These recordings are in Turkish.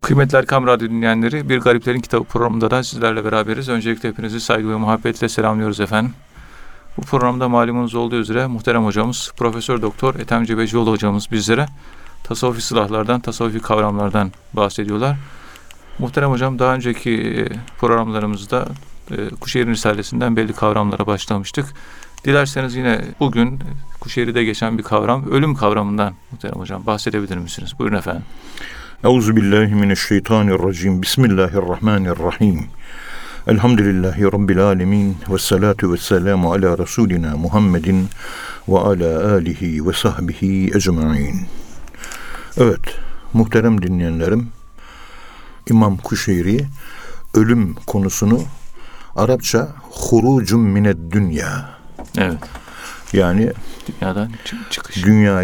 Kıymetli Erkam Radyo dinleyenleri, Bir Gariplerin Kitabı programında da sizlerle beraberiz. Öncelikle hepinizi saygı ve muhabbetle selamlıyoruz efendim. Bu programda malumunuz olduğu üzere muhterem hocamız Profesör Doktor Ethem Cebecioğlu hocamız bizlere tasavvufi silahlardan, tasavvufi kavramlardan bahsediyorlar. Muhterem hocam, daha önceki programlarımızda Kuşehir Risalesi'nden belli kavramlara başlamıştık. Dilerseniz yine bugün Kuşehir'de geçen bir kavram, ölüm kavramından muhterem hocam bahsedebilir misiniz? Buyurun efendim. Euzubillahimineşşeytanirracim. Bismillahirrahmanirrahim. Elhamdülillahi Rabbil alemin. Vessalatu vesselamu ala Resulina Muhammedin ve ala alihi ve sahbihi ecma'in. Evet, muhterem dinleyenlerim, İmam Kuşeyri ölüm konusunu Arapça hurucun mined dünya. Evet. Yani dünyadan çıkış.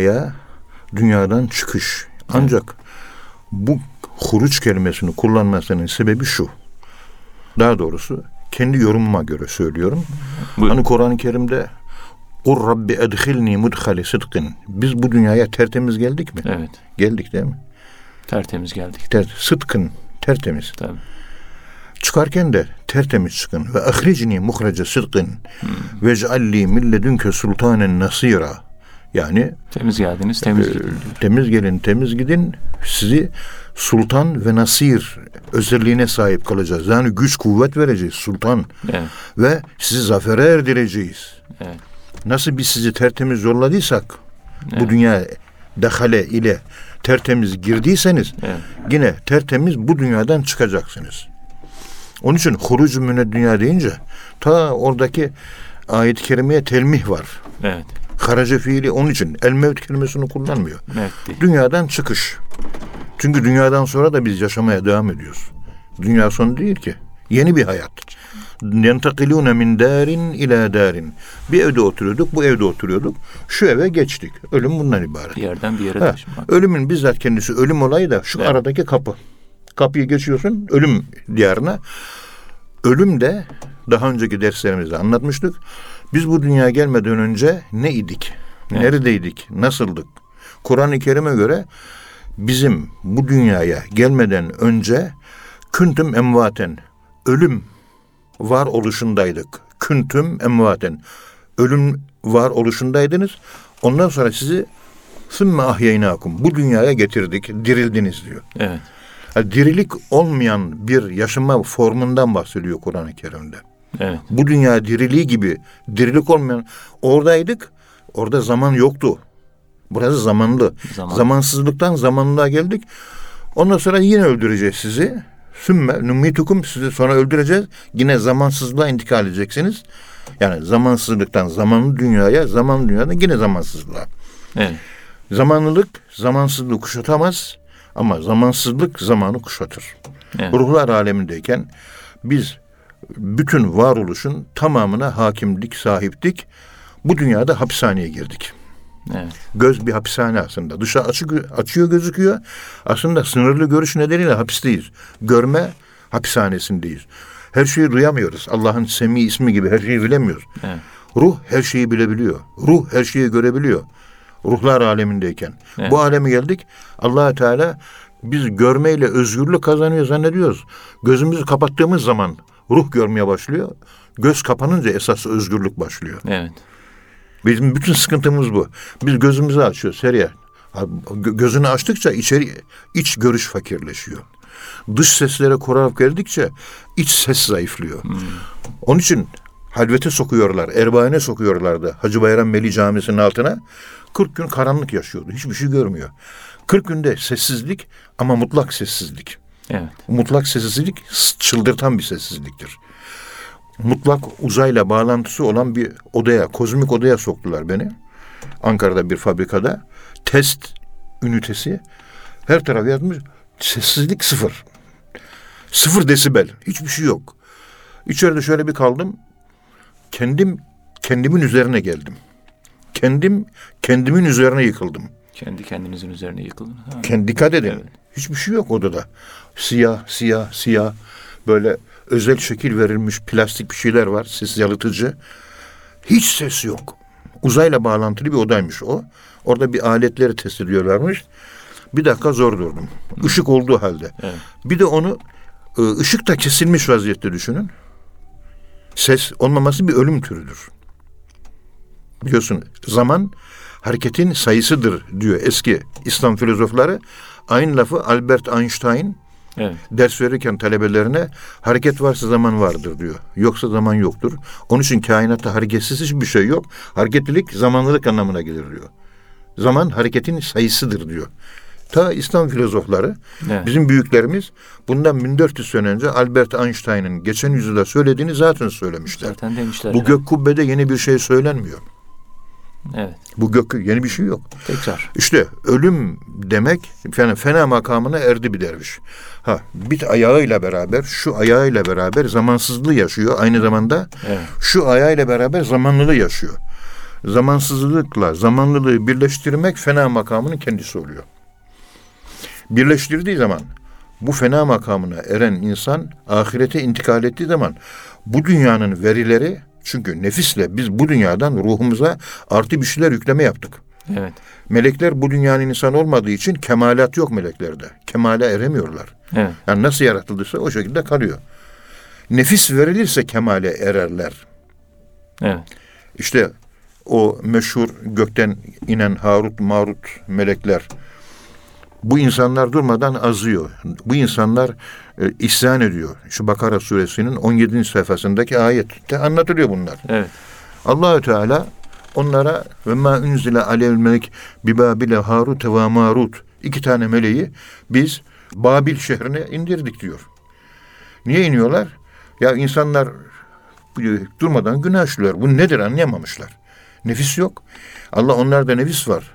Dünyadan çıkış. Ancak bu huruç kelimesini kullanmasının sebebi şu. Daha doğrusu kendi yorumuma göre söylüyorum. Buyurun. Hani Kur'an-ı Kerim'de "Kur Rabbi edhilni mudhale sıdkın." Biz bu dünyaya tertemiz geldik mi? Evet. Geldik değil mi? Tertemiz geldik. Sıdkın, tertemiz. Tabii. Çıkarken de tertemiz çıkın. Ve ahricni muhrece sıdkın. Ve cealli milledünke sultanen nasira. Yani temiz geldiniz, temiz gidin. Temiz gidin. Sizi sultan ve nasir özelliğine sahip kalacağız. Yani güç, kuvvet vereceğiz, sultan. Evet. Ve sizi zafere erdireceğiz. Evet. Nasıl biz sizi tertemiz yolladıysak, Evet. bu dünya dehale ile tertemiz girdiyseniz, Evet. yine tertemiz bu dünyadan çıkacaksınız. Onun için hurucu mine dünya deyince ta oradaki ayet-i kerimeye telmih var. Evet. Harace fiili onun için el mevt kelimesini kullanmıyor. Evet değil. Dünyadan çıkış. Çünkü dünyadan sonra da biz yaşamaya devam ediyoruz. Dünya sonu değil ki. Yeni bir hayat. Yentakilûne min dârin ilâ dârin. Bir evde oturuyorduk, bu evde oturuyorduk. Şu eve geçtik. Ölüm bundan ibaret. Bir yerden bir yere taşınmak. Ölümün bizzat kendisi ölüm olayı da şu aradaki kapı. Kapıyı geçiyorsun ölüm diyarına. Ölüm de daha önceki derslerimizde anlatmıştık. Biz bu dünyaya gelmeden önce ne idik? Evet. Neredeydik? Nasıldık? Kur'an-ı Kerim'e göre bizim bu dünyaya gelmeden önce küntüm emvaten, ölüm var oluşundaydık. Küntüm emvaten, ölüm var oluşundaydınız. Ondan sonra sizi sümme ahyeynâkum, bu dünyaya getirdik, dirildiniz diyor. Evet. Yani dirilik olmayan bir yaşama formundan bahsediyor Kur'an-ı Kerim'de. Evet. Bu dünya diriliği gibi dirilik olmayan, oradaydık, orada zaman yoktu. Burası zamanlı. Zamansızlıktan zamanlılığa geldik. Ondan sonra yine öldüreceğiz sizi. Sümme numitukum, sizi sonra öldüreceğiz. Yine zamansızlığa intikal edeceksiniz. Yani zamansızlıktan zamanlı dünyaya, zamanlı dünyadan yine zamansızlığa. Evet. Zamanlılık zamansızlığı kuşatamaz ama zamansızlık zamanı kuşatır. Evet. Ruhlar alemindeyken biz bütün varoluşun tamamına hakimlik, sahiptik. Bu dünyada hapishaneye girdik. Evet. Göz bir hapishane aslında. Dışa açıyor gözüküyor. Aslında sınırlı görüş nedeniyle hapisteyiz. Görme hapishanesindeyiz. Her şeyi duyamıyoruz. Allah'ın Semi ismi gibi her şeyi bilemiyoruz. Evet. Ruh her şeyi bilebiliyor. Ruh her şeyi görebiliyor. Ruhlar alemindeyken. Evet. Bu aleme geldik. Allah Teala biz görmeyle özgürlük kazanıyor zannediyoruz. Gözümüzü kapattığımız zaman ruh görmeye başlıyor. Göz kapanınca esas özgürlük başlıyor. Evet. Bizim bütün sıkıntımız bu. Biz gözümüzü açıyoruz her yer. Gözünü açtıkça iç görüş fakirleşiyor. Dış seslere kurak geldikçe iç ses zayıflıyor. Onun için halvete sokuyorlar, erbaine sokuyorlardı Hacı Bayram Veli Camisi'nin altına. 40 gün karanlık yaşıyordu. Hiçbir şey görmüyor. 40 günde sessizlik ama mutlak sessizlik. Evet. Mutlak sessizlik çıldırtan bir sessizliktir. Mutlak uzayla bağlantısı olan bir odaya, kozmik odaya soktular beni. Ankara'da bir fabrikada. Test ünitesi. Her taraf yazmış. Sessizlik 0. 0 desibel. Hiçbir şey yok. İçeride şöyle bir kaldım. Kendimin üzerine geldim. Kendimin üzerine yıkıldım. Kendi kendinizin üzerine yıkıldınız. Dikkat edin. Evet. Hiçbir şey yok odada. Siyah. Böyle özel şekil verilmiş plastik bir şeyler var. Ses yalıtıcı. Hiç ses yok. Uzayla bağlantılı bir odaymış o. Orada bir aletleri test ediyorlarmış. Bir dakika zor durdum. Işık olduğu halde. Evet. Bir de onu ışık da kesilmiş vaziyette düşünün. Ses olmaması bir ölüm türüdür. Biliyorsun zaman hareketin sayısıdır diyor eski İslam filozofları. Aynı lafı Albert Einstein ders verirken talebelerine hareket varsa zaman vardır diyor. Yoksa zaman yoktur. Onun için kainatta hareketsiz hiçbir şey yok. Hareketlilik zamanlılık anlamına gelir diyor. Zaman hareketin sayısıdır diyor. Ta İslam filozofları, bizim büyüklerimiz bundan 1400 sene önce Albert Einstein'ın geçen yüzyılda söylediğini zaten söylemişler. Zaten demişler. Bu gök kubbede yeni bir şey söylenmiyor. Evet. Bu gök yeni bir şey yok. Tekrar. İşte ölüm demek, yani fena makamına erdi bir derviş. Bir ayağıyla beraber, şu ayağıyla beraber zamansızlığı yaşıyor. Aynı zamanda şu ayağıyla beraber zamanlılığı yaşıyor. Zamansızlıkla zamanlılığı birleştirmek fena makamının kendisi oluyor. Birleştirdiği zaman bu fena makamına eren insan ahirete intikal ettiği zaman bu dünyanın verileri, çünkü nefisle biz bu dünyadan ruhumuza artı bir şeyler yükleme yaptık. Evet. Melekler bu dünyanın insan olmadığı için kemalat yok meleklerde. Kemale eremiyorlar. Evet. Yani nasıl yaratıldıysa o şekilde kalıyor. Nefis verilirse kemale ererler. Evet. İşte o meşhur gökten inen Harut Marut melekler, bu insanlar durmadan azıyor. Bu insanlar isyan ediyor. Şu Bakara suresinin 17. sayfasındaki ayette anlatılıyor bunlar. Evet. Allahü Teala onlara ve ma unzile alel melek bi Babile Harut ve Marut, 2 tane meleği biz Babil şehrine indirdik diyor. Niye iniyorlar? Ya insanlar durmadan günah işliyor. Bu nedir anlayamamışlar. Nefis yok. Allah onlarda nefis var.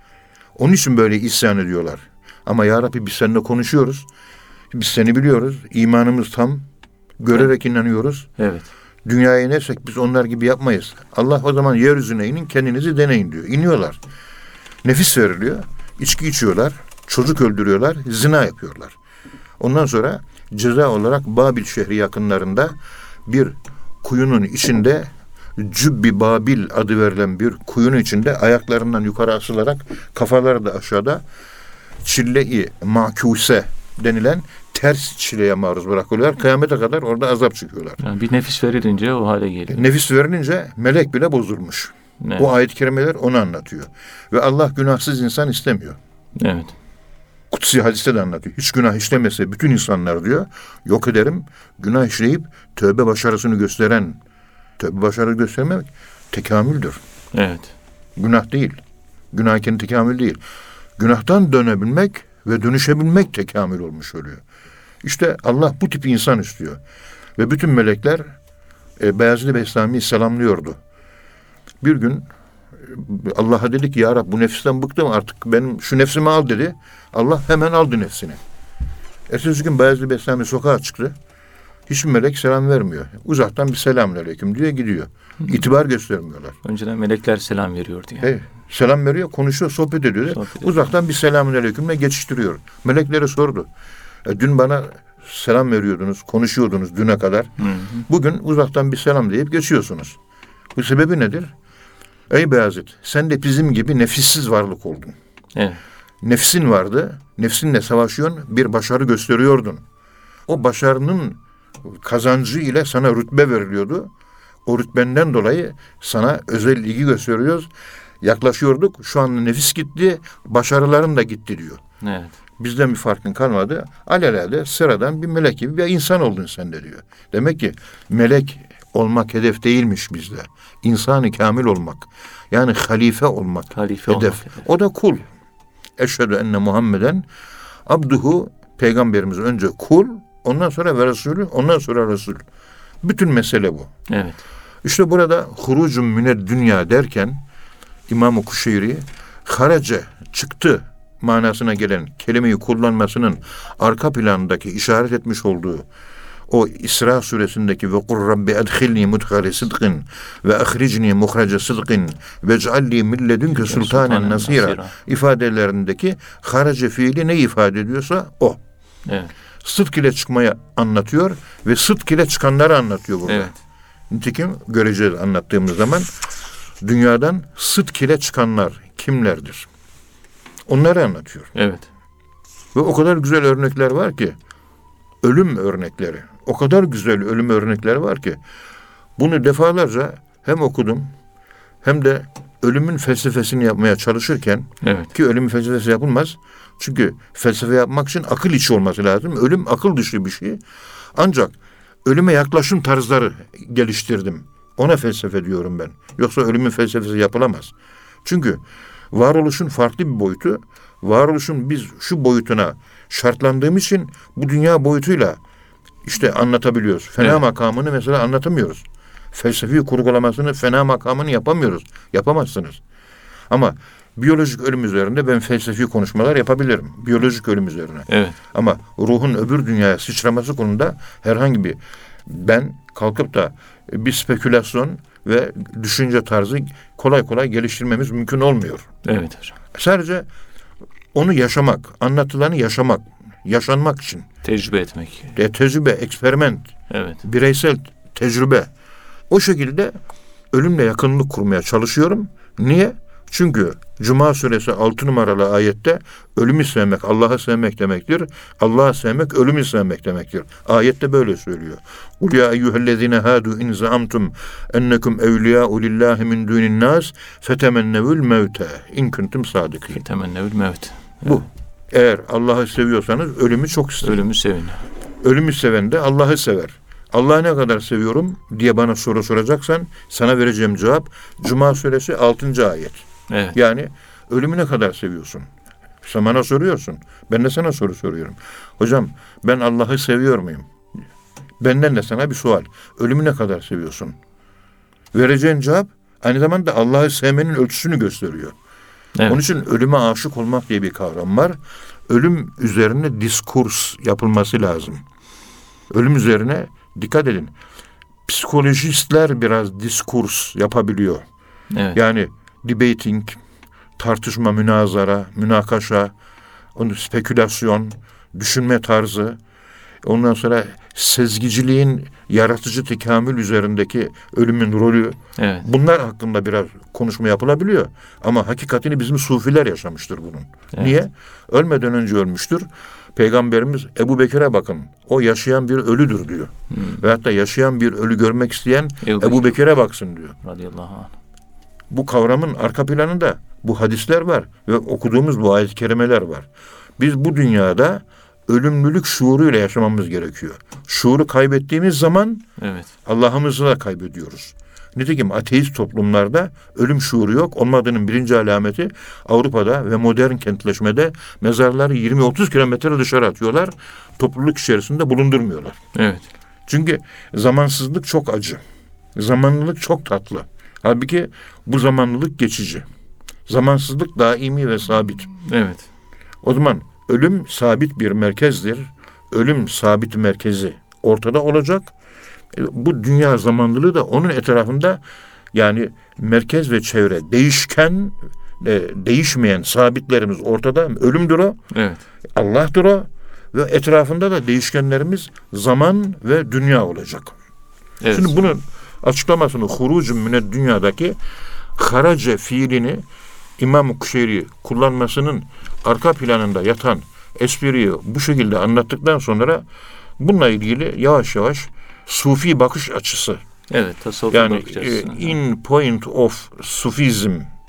Onun için böyle isyan ediyorlar. Ama ya Rabbi biz seninle konuşuyoruz. Biz seni biliyoruz. İmanımız tam. Görerek inanıyoruz. Evet. Dünyaya inersek biz onlar gibi yapmayız. Allah o zaman yeryüzüne inin, kendinizi deneyin diyor. İniyorlar. Nefis veriliyor. İçki içiyorlar. Çocuk öldürüyorlar. Zina yapıyorlar. Ondan sonra ceza olarak Babil şehri yakınlarında bir kuyunun içinde, Cübbi Babil adı verilen bir kuyunun içinde ayaklarından yukarı asılarak kafaları da aşağıda çille-i makuse denilen ters çileye maruz bırakıyorlar. Kıyamete kadar orada azap çıkıyorlar. Yani bir nefis verilince o hale geliyor. Nefis verilince melek bile bozulmuş. Evet. Bu ayet-i kerimeler onu anlatıyor. Ve Allah günahsız insan istemiyor. Evet. Kutsi hadiste de anlatıyor. Hiç günah işlemese bütün insanlar diyor, yok ederim. Günah işleyip tövbe başarısını gösteren, tövbe başarı göstermemek tekamüldür. Evet. Günah değil. Günahken tekamül değil. Günahtan dönebilmek ve dönüşebilmek tekamül olmuş oluyor. İşte Allah bu tip insan istiyor. Ve bütün melekler Beyazıt Bestami'yi selamlıyordu. Bir gün Allah'a dedi ki ya Rabbi bu nefisten bıktım artık, benim şu nefsimi al dedi. Allah hemen aldı nefsini. Ertesi gün Beyazıt Bestami sokağa çıktı. Hiçbir melek selam vermiyor. Uzaktan bir selamünaleyküm diye gidiyor. İtibar göstermiyorlar. Önceden melekler selam veriyordu yani. Selam veriyor, konuşuyor, sohbet ediyor. Uzaktan bir selamünaleykümle geçiştiriyor. Meleklere sordu. Dün bana selam veriyordunuz, konuşuyordunuz düne kadar. Bugün uzaktan bir selam deyip geçiyorsunuz. Bu sebebi nedir? Ey Beyazıt, sen de bizim gibi nefissiz varlık oldun. Evet. Nefsin vardı, nefsinle savaşıyorsun, bir başarı gösteriyordun. O başarının kazancı ile sana rütbe veriliyordu. O rütbenden dolayı sana özel ilgi gösteriyoruz. Yaklaşıyorduk, şu anda nefis gitti, başarıların da gitti diyor. Evet. Bizden bir farkın kalmadı. Alelade sıradan bir melek gibi bir insan oldun sen de diyor. Demek ki melek olmak hedef değilmiş bizde. İnsan-ı kamil olmak. Yani halife olmak hedef. Olmak. O da kul. Eşhedü enne Muhammeden abduhu, peygamberimiz önce kul, ondan sonra ve Resulü, ondan sonra Resul. Bütün mesele bu. Evet. İşte burada hurucun mined dünya derken İmam-ı Kuşeyri harace çıktı manasına gelen kelimeyi kullanmasının arka plandaki işaret etmiş olduğu o İsra suresindeki ve kur rabbi edhilni mudhale sıdkın ve ahricni muhrace sıdkın ve cealli milledünke sultanen nasira ifadelerindeki harace fiili ne ifade ediyorsa o. Evet. Sıdk ile çıkmaya anlatıyor ve sıdk ile çıkanları anlatıyor burada. Evet. Nitekim göreceğiz anlattığımız zaman dünyadan sıdk ile çıkanlar kimlerdir? Onları anlatıyor. Evet. Ve o kadar güzel örnekler var ki, ölüm örnekleri. O kadar güzel ölüm örnekleri var ki, bunu defalarca hem okudum hem de ölümün felsefesini yapmaya çalışırken, Evet. ki ölümün felsefesi yapılmaz. Çünkü felsefe yapmak için akıl içi olması lazım. Ölüm akıl dışı bir şey. Ancak ölüme yaklaşım tarzları geliştirdim. Ona felsefe diyorum ben. Yoksa ölümün felsefesi yapılamaz. Çünkü varoluşun farklı bir boyutu, varoluşun biz şu boyutuna şartlandığımız için bu dünya boyutuyla işte anlatabiliyoruz. Fena Evet. makamını mesela anlatamıyoruz. Felsefi kurgulamasını, fena makamını yapamıyoruz. Yapamazsınız. Ama biyolojik ölüm üzerinde ben felsefi konuşmalar yapabilirim. Biyolojik ölüm üzerine. Evet. Ama ruhun öbür dünyaya sıçraması konuda herhangi bir, ben kalkıp da bir spekülasyon ve düşünce tarzı kolay kolay geliştirmemiz mümkün olmuyor. Evet hocam. Sadece onu yaşamak, anlatılanı yaşamak, yaşanmak için. Tecrübe etmek. Tecrübe, eksperiment, Evet. bireysel tecrübe. O şekilde ölümle yakınlık kurmaya çalışıyorum. Niye? Çünkü Cuma suresi 6 numaralı ayette ölümü sevmek Allah'ı sevmek demektir. Allah'ı sevmek ölümü sevmek demektir. Ayette böyle söylüyor. Kul ya eyyühellezine hadu in zaamtum ennekum evliyâ'u lillahi min dûnin nâs fetemennevül mevte in kuntum sâdıkîn. Temennevül mevt. Bu. Eğer Allah'ı seviyorsanız ölümü çok isteyin. Ölümü sevin. Ölümü seven de Allah'ı sever. Allah'ı ne kadar seviyorum diye bana soru soracaksan sana vereceğim cevap Cuma suresi 6. ayet. Evet. Yani ölümü ne kadar seviyorsun? Sen bana soruyorsun. Ben de sana soru soruyorum. Hocam ben Allah'ı seviyor muyum? Benden de sana bir sual. Ölümü ne kadar seviyorsun? Vereceğin cevap aynı zamanda Allah'ı sevmenin ölçüsünü gösteriyor. Evet. Onun için ölüme aşık olmak diye bir kavram var. Ölüm üzerine diskurs yapılması lazım. Ölüm üzerine dikkat edin. Psikolojistler biraz diskurs yapabiliyor. Evet. Yani debating, tartışma, münazara, münakaşa, onu spekülasyon, düşünme tarzı, ondan sonra sezgiciliğin yaratıcı tekamül üzerindeki ölümün rolü, Evet. bunlar hakkında biraz konuşma yapılabiliyor. Ama hakikatini bizim sufiler yaşamıştır bunun. Evet. Niye? Ölmeden önce ölmüştür. Peygamberimiz Ebu Bekir'e bakın. O yaşayan bir ölüdür diyor. Veyahut da yaşayan bir ölü görmek isteyen Ebu Bekir'e baksın diyor. Radıyallahu anh. Bu kavramın arka planında bu hadisler var ve okuduğumuz bu ayet-i kerimeler var. Biz bu dünyada ölümlülük şuuruyla yaşamamız gerekiyor. Şuuru kaybettiğimiz zaman Evet. Allah'ımızı da kaybediyoruz. Nitekim ateist toplumlarda ölüm şuuru yok. Olmadığının birinci alameti Avrupa'da ve modern kentleşmede mezarları 20-30 kilometre dışarı atıyorlar. Topluluk içerisinde bulundurmuyorlar. Evet. Çünkü zamansızlık çok acı. Zamanlılık çok tatlı. Halbuki bu zamanlılık geçici. Zamansızlık daimi ve sabit. Evet. O zaman ölüm sabit bir merkezdir. Ölüm sabit merkezi ortada olacak. Bu dünya zamanlılığı da onun etrafında, yani merkez ve çevre değişken, değişmeyen sabitlerimiz ortada. Ölümdür o. Evet. Allah'tır o. Ve etrafında da değişkenlerimiz zaman ve dünya olacak. Evet. Şimdi bunun açıklamasını hurucun mine dünyadaki harace fiilini İmam-ı Kuşeyri kullanmasının arka planında yatan espriyi bu şekilde anlattıktan sonra bununla ilgili yavaş yavaş sufi bakış açısı, Evet. Tasavvuf yani bakacağız. in point of sufizm,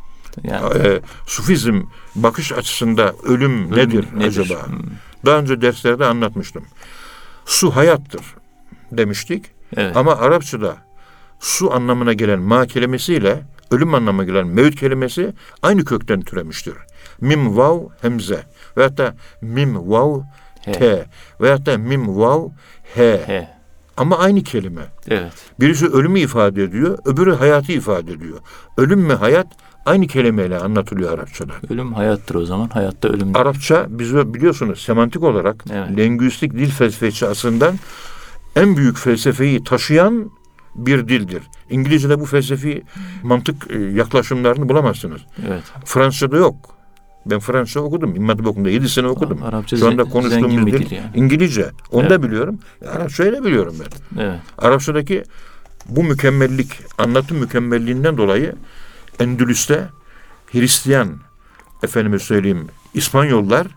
Yani sufizm bakış açısında ölüm nedir acaba? Daha önce derslerde anlatmıştım. Su hayattır demiştik. Evet. Ama Arapçada su anlamına gelen ma kelimesiyle ölüm anlamına gelen mevt kelimesi aynı kökten türemiştir. Mim vav hemze veyahut da mim vav te veyahut da mim vav he. He. Ama aynı kelime. Evet. Birisi ölümü ifade ediyor, öbürü hayatı ifade ediyor. Ölüm ve hayat aynı kelimeyle anlatılıyor Arapçada. Ölüm hayattır o zaman. Hayatta ölümdür. Arapça biz biliyorsunuz semantik olarak, Evet. lingüistik dil felsefesi açısından en büyük felsefeyi taşıyan bir dildir. İngilizce'de bu felsefi mantık yaklaşımlarını bulamazsınız. Evet. Fransızca'da yok. Ben Fransızca okudum. İmam Hatip Okulu'nda 7 sene okudum. Arapça Şu anda zengin konuştuğumuz bir dil dil yani. İngilizce. Onu Evet. da biliyorum. Arapçayı da biliyorum ben. Evet. Arapçadaki bu mükemmellik, anlatım mükemmelliğinden dolayı Endülüs'te Hristiyan, efendime söyleyeyim, İspanyollar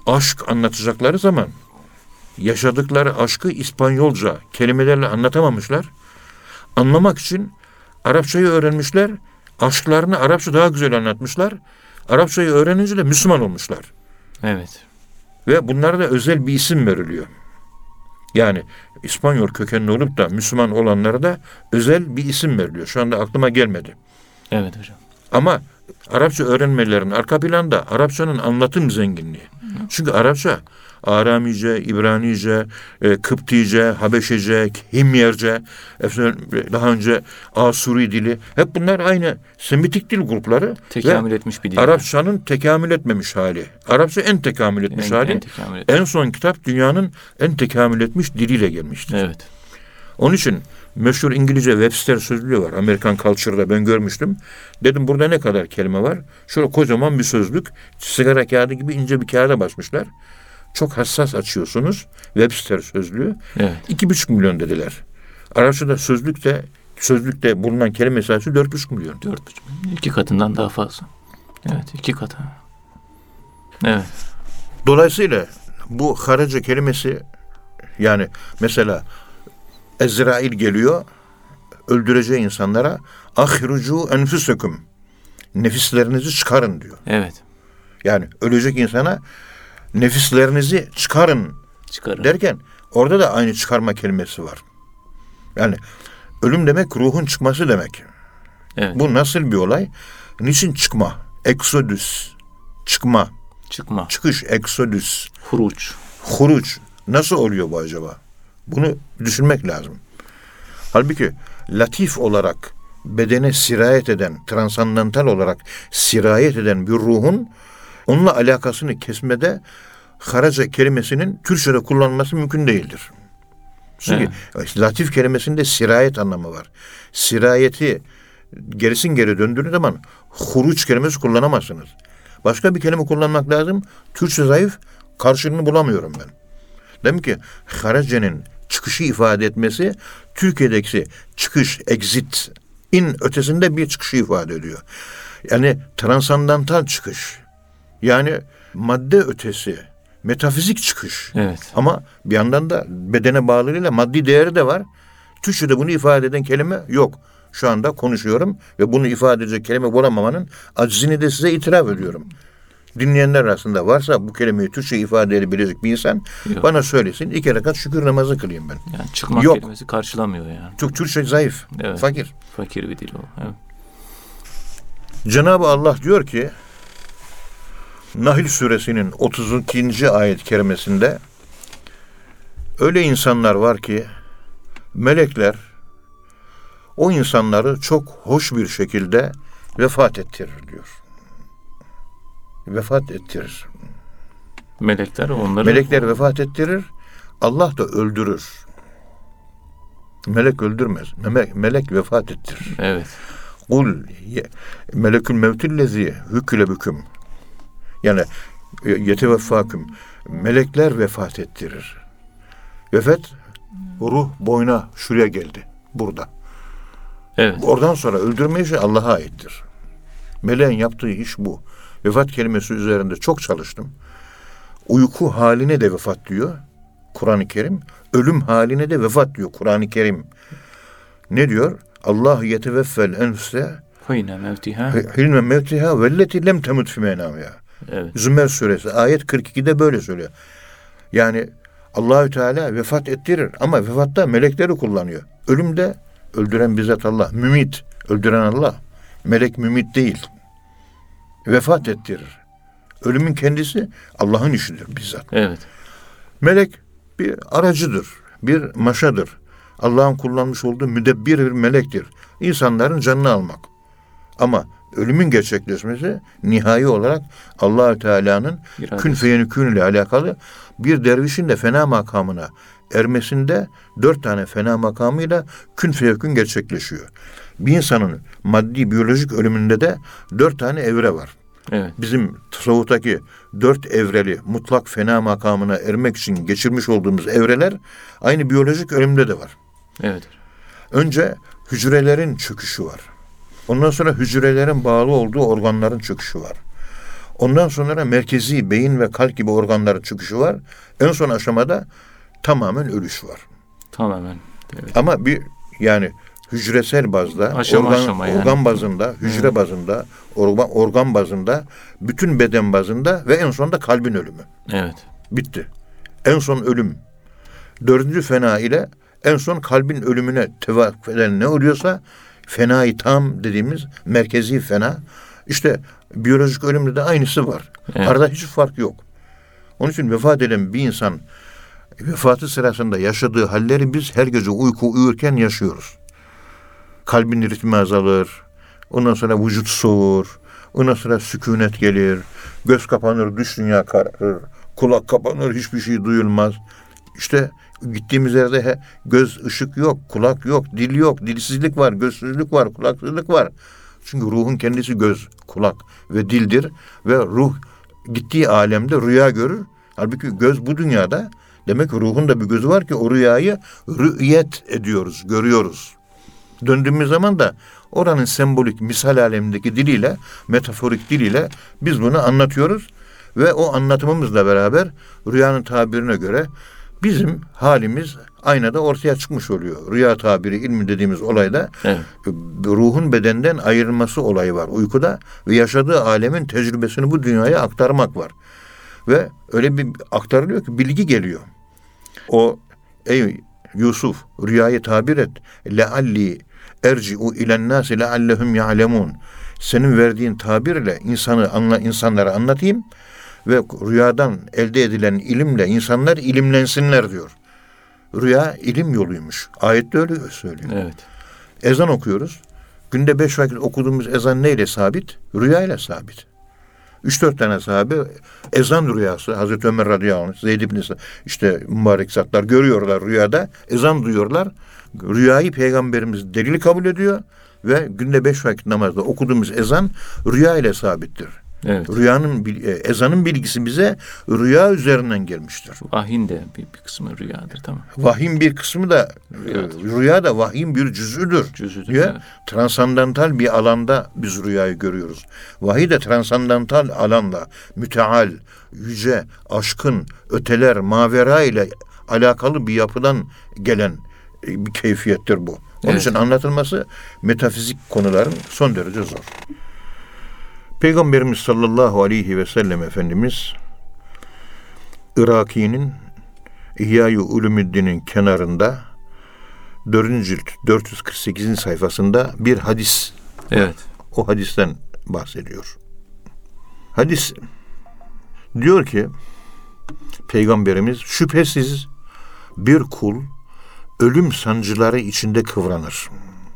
aşk anlatacakları zaman yaşadıkları aşkı İspanyolca kelimelerle anlatamamışlar. Anlamak için Arapçayı öğrenmişler. Aşklarını Arapça daha güzel anlatmışlar. Arapçayı öğrenince de Müslüman olmuşlar. Evet. Ve bunlara da özel bir isim veriliyor. Yani İspanyol kökenli olup da Müslüman olanlara da özel bir isim veriliyor. Şu anda aklıma gelmedi. Evet hocam. Ama Arapça öğrenmelerinin arka planda Arapçanın anlatım zenginliği. Çünkü Arapça Aramice, İbranice, Kıptice, Habeşice, Himyerce, daha önce Asuri dili, hep bunlar aynı Semitik dil grupları. Tekamül etmiş bir dil. Arapçanın tekamül etmemiş hali. Arapça en tekamül etmiş hali. En son kitap dünyanın en tekamül etmiş diliyle gelmiştir. Evet. Onun için meşhur İngilizce Webster sözlüğü var. Amerikan Culture'da ben görmüştüm. Dedim burada ne kadar kelime var? Şöyle kocaman bir sözlük. Sigara kağıdı gibi ince bir kağıda basmışlar. Çok hassas açıyorsunuz. Webster sözlüğü. Evet. 2,5 milyon dediler. Arapçada sözlükte bulunan kelime sayısı 4,5 milyon. 4,5 milyon. 2 katından daha fazla. Evet, 2 katı. Evet. Dolayısıyla bu haraca kelimesi, yani mesela Ezrail geliyor, öldüreceği insanlara ahirucu enfusekum, nefislerinizi çıkarın diyor. Evet. Yani ölecek insana nefislerinizi çıkarın derken orada da aynı çıkarma kelimesi var. Yani ölüm demek ruhun çıkması demek. Evet. Bu nasıl bir olay? Niçin çıkma? Exodus. Çıkma. Çıkış. Exodus. Huruç. Nasıl oluyor bu acaba? Bunu düşünmek lazım. Halbuki latif olarak bedene sirayet eden, transandantal olarak sirayet eden bir ruhun onunla alakasını kesmede haraca kelimesinin Türkçe'de kullanılması mümkün değildir. Çünkü latif kelimesinde sirayet anlamı var. Sirayeti gerisin geri döndüğünüz zaman huruç kelimesi kullanamazsınız. Başka bir kelime kullanmak lazım. Türkçe zayıf, karşılığını bulamıyorum ben. Demek ki haracenin çıkışı ifade etmesi Türkiye'deki çıkış, exit, in ötesinde bir çıkışı ifade ediyor. Yani transandantal çıkış. Yani madde ötesi, metafizik çıkış. Evet. Ama bir yandan da bedene bağlılığıyla maddi değeri de var. Türkçe'de bunu ifade eden kelime yok. Şu anda konuşuyorum ve bunu ifade edecek kelime bulamamanın aczini de size itiraf ediyorum. Dinleyenler arasında varsa bu kelimeyi Türkçe ifade edebilecek bir insan bana söylesin. 2 rekat şükür namazı kılayım ben. Yani çıkmak kelimesi karşılamıyor yani. Türkçe zayıf, fakir. Fakir bir dil o. Evet. Cenab-ı Allah diyor ki Nahl suresinin 32. ayet-i kerimesinde öyle insanlar var ki melekler o insanları çok hoş bir şekilde vefat ettirir diyor. Vefat ettirir. Melekler vefat ettirir. Allah da öldürür. Melek öldürmez. Melek vefat ettirir. Evet. Kul melekül mevtillezi hüküle büküm. Yani yeteveffaküm. Melekler vefat ettirir. Vefat, ruh boyna şuraya geldi. Burada. Evet. Oradan sonra öldürme işi Allah'a aittir. Meleğin yaptığı iş bu. Vefat kelimesi üzerinde çok çalıştım. Uyku haline de vefat diyor Kur'an-ı Kerim. Ölüm haline de vefat diyor Kur'an-ı Kerim. Ne diyor? Allah yeteveffel enfse hine mevtiha velleti lem temut fi menamiha. Evet. Zümer suresi ayet 42'de böyle söylüyor. Yani Allahü Teala vefat ettirir ama vefatta melekleri kullanıyor. Ölümde öldüren bizzat Allah. Mümit, öldüren Allah. Melek mümit değil. Vefat ettirir. Ölümün kendisi Allah'ın işidir bizzat. Evet. Melek bir aracıdır, bir maşadır. Allah'ın kullanmış olduğu müdebbir bir melektir. İnsanların canını almak. Ama ölümün gerçekleşmesi nihai olarak Allah-u Teala'nın kün feyenükün ile alakalı bir dervişin de fena makamına ermesinde 4 tane fena makamıyla kün feyekün gerçekleşiyor. Bir insanın maddi biyolojik ölümünde de 4 tane evre var. Evet. Bizim tasavvuftaki 4 evreli mutlak fena makamına ermek için geçirmiş olduğumuz evreler aynı biyolojik ölümde de var. Evet. Önce hücrelerin çöküşü var. Ondan sonra hücrelerin bağlı olduğu organların çöküşü var. Ondan sonra merkezi beyin ve kalp gibi organların çıkışı var. En son aşamada tamamen ölüş var. Tamamen. Evet. Ama bir yani hücresel bazda, Aşama aşama yani. organ bazında, hücre bazında, organ bazında, bütün beden bazında ve en sonunda kalbin ölümü. Evet. Bitti. En son ölüm. 4. fena ile en son kalbin ölümüne tevafuk eden ne oluyorsa fenayı tam dediğimiz merkezi fena. İşte biyolojik ölümde de aynısı var. Evet. Arada hiç fark yok. Onun için vefat eden bir insan vefatı sırasında yaşadığı halleri biz her gece uyku uyurken yaşıyoruz. Kalbin ritmi azalır. Ondan sonra vücut soğur. Ondan sonra sükunet gelir. Göz kapanır, dış dünya kararır. Kulak kapanır, hiçbir şey duyulmaz. İşte gittiğimiz yerde göz ışık yok, kulak yok, dil yok, dilsizlik var, gözsüzlük var, kulaksızlık var. Çünkü ruhun kendisi göz, kulak ve dildir ve ruh gittiği alemde rüya görür. Halbuki göz bu dünyada. Demek ki ruhun da bir gözü var ki o rüyayı rü'yet ediyoruz, görüyoruz. Döndüğümüz zaman da oranın sembolik, misal alemindeki diliyle, metaforik diliyle biz bunu anlatıyoruz. Ve o anlatımımızla beraber rüyanın tabirine göre bizim halimiz aynada ortaya çıkmış oluyor. Rüya tabiri ilmi dediğimiz olayda Evet. ruhun bedenden ayrılması olayı var uykuda ve yaşadığı alemin tecrübesini bu dünyaya aktarmak var. Ve öyle bir aktarılıyor ki bilgi geliyor. O ey Yusuf rüyayı tabir et. Lealli erci'u ilen nasi leallehum ya'lemun. Senin verdiğin tabirle insanlara anlatayım ve rüyadan elde edilen ilimle insanlar ilimlensinler diyor. Rüya ilim yoluymuş. Ayette öyle söylüyor. Evet. Ezan okuyoruz. Günde 5 vakit okuduğumuz ezan neyle sabit? Rüyayla sabit. 3-4 tane sahabe ezan rüyası, Hazreti Ömer radıyallahu anh, Zeyd ibn işte mübarek zatlar görüyorlar rüyada, ezan duyuyorlar. Rüyayı Peygamberimiz delil kabul ediyor ve günde 5 vakit namazda okuduğumuz ezan rüya ile sabittir. Evet. Ezanın bilgisi bize rüya üzerinden gelmiştir. Vahyin de bir kısmı rüyadır, tamam. Vahyin bir kısmı da Rüyadır. rüya da vahyin bir cüzüdür. Cüzüdür, Niye? evet. Transandantal bir alanda biz rüyayı görüyoruz. Vahiy de transandantal alanda müteal, yüce, aşkın, öteler, mavera ile alakalı bir yapıdan gelen bir keyfiyettir bu. Onun Evet. için anlatılması metafizik konuların son derece zor. Peygamberimiz sallallahu aleyhi ve sellem Efendimiz Iraki'nin İhya-i Ulumuddin'in kenarında 4. cilt 448. sayfasında bir hadis. Evet. O hadisten bahsediyor. Hadis diyor ki Peygamberimiz şüphesiz bir kul ölüm sancıları içinde kıvranır.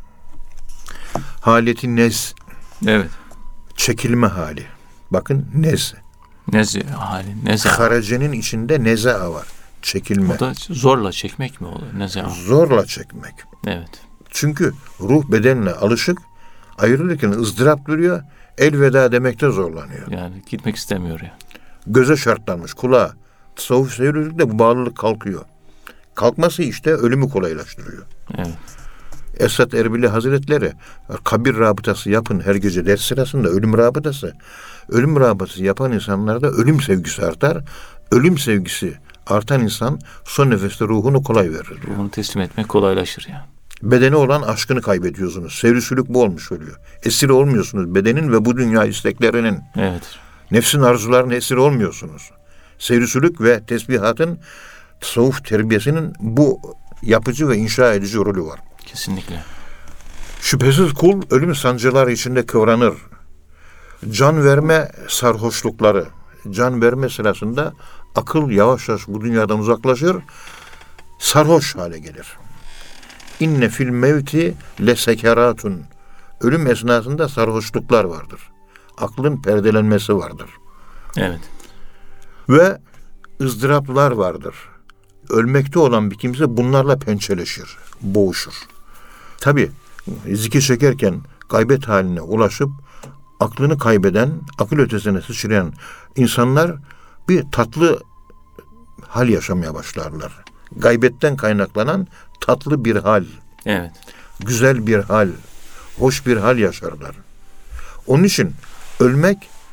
Haleti nez, Evet. çekilme hali. Bakın nez. Neze hali. Neze. Karacenin içinde neza var. Çekilme. O da zorla çekmek mi oluyor? Neze. Zorla çekmek. Evet. Çünkü ruh bedenle alışık, ayrılırken ızdırap duruyor, elveda demekte zorlanıyor. Yani gitmek istemiyor yani. Göze şartlanmış, kulağa. Tasavvuf seyircilikle bu bağlılık kalkıyor. Kalkması işte ölümü kolaylaştırıyor. Evet. Esad Erbili Hazretleri kabir rabıtası yapın her gece ders sırasında ölüm rabıtası. Ölüm rabıtası yapan insanlarda ölüm sevgisi artar. Ölüm sevgisi artan insan son nefeste ruhunu kolay verir diyor. Ruhunu teslim etmek kolaylaşır yani. Bedene olan aşkını kaybediyorsunuz. Sevrisülük bu olmuş oluyor. Esir olmuyorsunuz bedenin ve bu dünya isteklerinin. Evet. Nefsin arzularının esiri olmuyorsunuz. Sevrisülük ve tesbihatın tasavvuf terbiyesinin bu yapıcı ve inşa edici rolü var. Kesinlikle. Şüphesiz kul ölüm sancıları içinde kıvranır. Can verme sarhoşlukları, can verme sırasında akıl yavaş yavaş bu dünyadan uzaklaşır, sarhoş hale gelir. İnne fil mevti le sekeratun. Ölüm esnasında sarhoşluklar vardır. Aklın perdelenmesi vardır. Evet. Ve ızdıraplar vardır. Ölmekte olan bir kimse bunlarla pençeleşir, boğuşur. Tabii zikir çekerken gaybet haline ulaşıp aklını kaybeden, akıl ötesine sıçrayan insanlar bir tatlı hal yaşamaya başlarlar. Gaybetten kaynaklanan tatlı bir hal, Evet. güzel bir hal, hoş bir hal yaşarlar. Onun için ölmek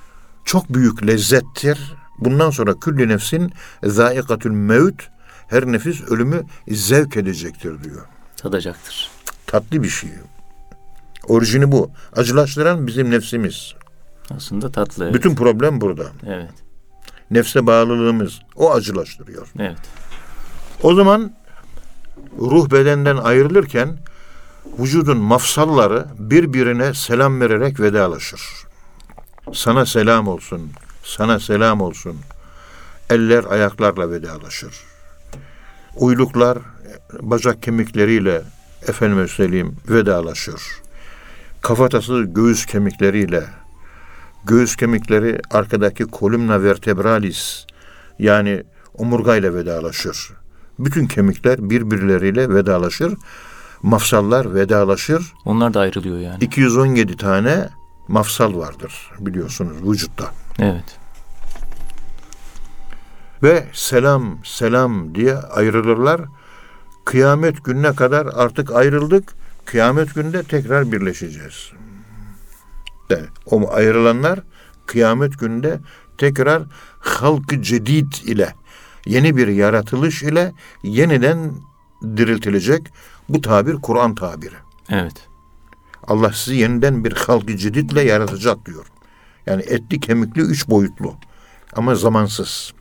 çok büyük lezzettir. Bundan sonra külli nefsin zâikatül mevt, her nefis ölümü zevk edecektir diyor. Tadacaktır. Tatlı bir şey. Orijini bu. Acılaştıran bizim nefsimiz. Aslında tatlı. Evet. Bütün problem burada. Evet. Nefse bağlılığımız o acılaştırıyor. Evet. O zaman ruh bedenden ayrılırken vücudun mafsalları birbirine selam vererek vedalaşır. Sana selam olsun, sana selam olsun. Eller ayaklarla vedalaşır. Uyluklar bacak kemikleriyle efendime söyleyeyim vedalaşır. Kafatası göğüs kemikleriyle, göğüs kemikleri arkadaki columna vertebralis yani omurgayla vedalaşır. Bütün kemikler birbirleriyle vedalaşır. Mafsallar vedalaşır. Onlar da ayrılıyor yani. 217 tane mafsal vardır biliyorsunuz vücutta. Evet. Ve selam selam diye ayrılırlar. Kıyamet gününe kadar artık ayrıldık. Kıyamet günde tekrar birleşeceğiz. De, o ayrılanlar kıyamet günde tekrar halk-ı cedid ile yeni bir yaratılış ile yeniden diriltilecek. Bu tabir Kur'an tabiri. Evet. Allah sizi yeniden bir halk-ı cedidle yaratacak diyor. Yani etli kemikli 3 boyutlu ama zamansız.